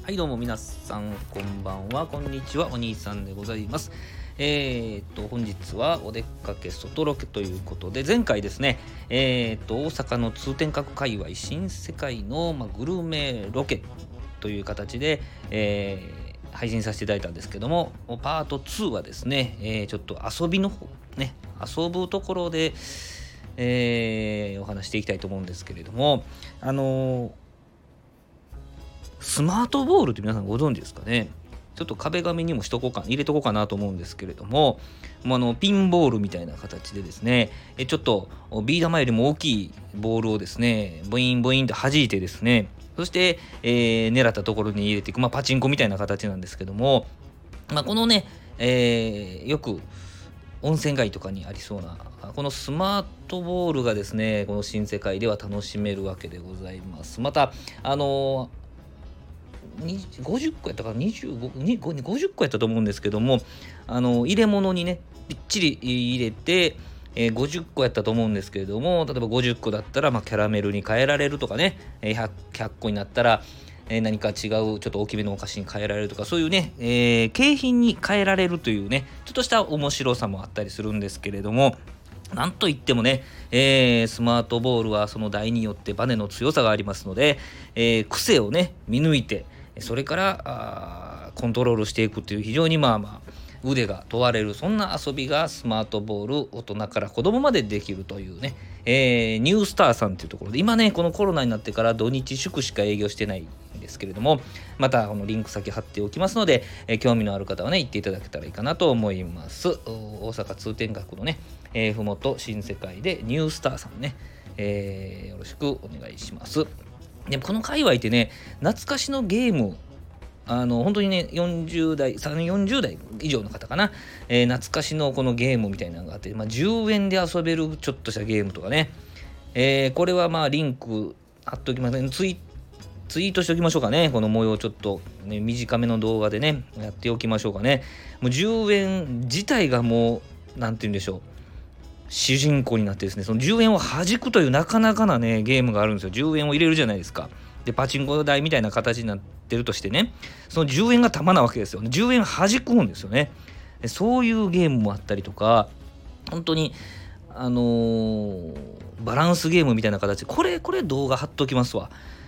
はいどうも皆さんこんばんは、こんにちは、お兄さんでございます。本日はお出かけ外ロケということで、前回ですね、大阪の通天閣界隈新世界の、グルメロケという形で、配信させていただいたんですけども、パート2はですね、ちょっと遊びの方ね、遊ぶところで、お話していきたいと思うんですけれども、スマートボールって皆さんご存知ですかね。ちょっと壁紙にも入れとこうかなと思うんですけれども、ピンボールみたいな形でですね、ちょっとビー玉よりも大きいボールをですね、ボインボインと弾いてですね、そして、狙ったところに入れていく、パチンコみたいな形なんですけども、このね、よく温泉街とかにありそうなこのスマートボールがですね、この新世界では楽しめるわけでございます。また50個やったか50個やったと思うんですけども、入れ物にねびっちり入れて、50個やったと思うんですけれども、例えば50個だったら、キャラメルに変えられるとかね、100個になったら、何か違うちょっと大きめのお菓子に変えられるとか、そういうね、景品に変えられるというね、ちょっとした面白さもあったりするんですけれども、なんといってもね、スマートボールはその台によってバネの強さがありますので、癖をね見抜いて、それからコントロールしていくという非常に腕が問われる、そんな遊びがスマートボール、大人から子供までできるというね、ニュースターさんというところで、今ねこのコロナになってから土日祝しか営業してないんですけれども、またこのリンク先貼っておきますので、興味のある方はね行っていただけたらいいかなと思います。大阪通天閣のね、ふもと新世界でニュースターさんね、よろしくお願いします。でこの界隈ってね、懐かしのゲーム、本当にね40代以上の方かな、懐かしのこのゲームみたいなのがあって、10円で遊べるちょっとしたゲームとかね、これはリンク貼っておきますね。ツイートしておきましょうかね。この模様ちょっと、ね、短めの動画でねやっておきましょうかね。もう10円自体がもうなんて言うんでしょう、主人公になってですね、その10円を弾くというなかなかなねゲームがあるんですよ。10円を入れるじゃないですか。でパチンコ台みたいな形になってるとしてね、その10円が玉なわけですよ。10円弾くんですよね。そういうゲームもあったりとか、本当にバランスゲームみたいな形で、これ動画貼っときますわ。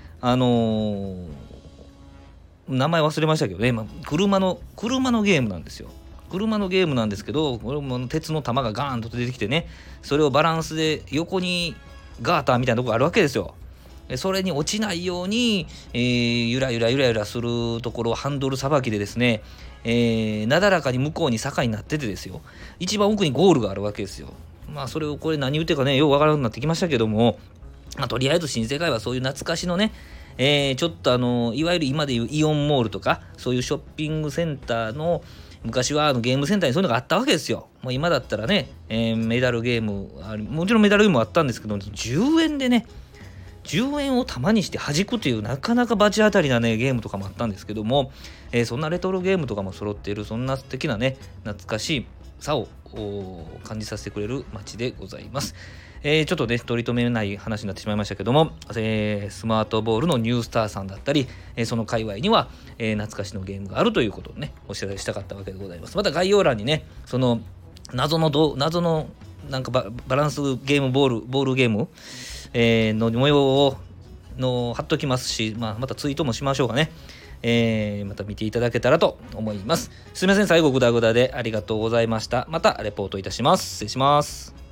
名前忘れましたけどね、車のゲームなんですよ。車のゲームなんですけど、これも鉄の玉がガーンと出てきてね、それをバランスで横にガーターみたいなとこがあるわけですよ。それに落ちないように、ゆらゆらするところをハンドルさばきでですね、なだらかに向こうに坂になっててですよ、一番奥にゴールがあるわけですよ。それをこれ何言ってるかねよくわからなくなってきましたけども、とりあえず新世界はそういう懐かしのね、ちょっといわゆる今でいうイオンモールとかそういうショッピングセンターの、昔はゲームセンターにそういうのがあったわけですよ。もう今だったらね、メダルゲームもちろんメダルゲームもあったんですけど、10円でね10円を玉にして弾くというなかなか罰当たりなねゲームとかもあったんですけども、そんなレトロゲームとかも揃っている、そんな素敵なね懐かしいさを感じさせてくれる街でございます。ちょっとね取り留めない話になってしまいましたけども、スマートボールのニュースターさんだったり、その界隈には、懐かしのゲームがあるということをねお知らせしたかったわけでございます。また概要欄にねその謎のなんかバランスゲームボールゲーム、の模様を貼っときますし、またツイートもしましょうかね。また見ていただけたらと思います。すみません、最後グダグダでありがとうございました。またレポートいたします。失礼します。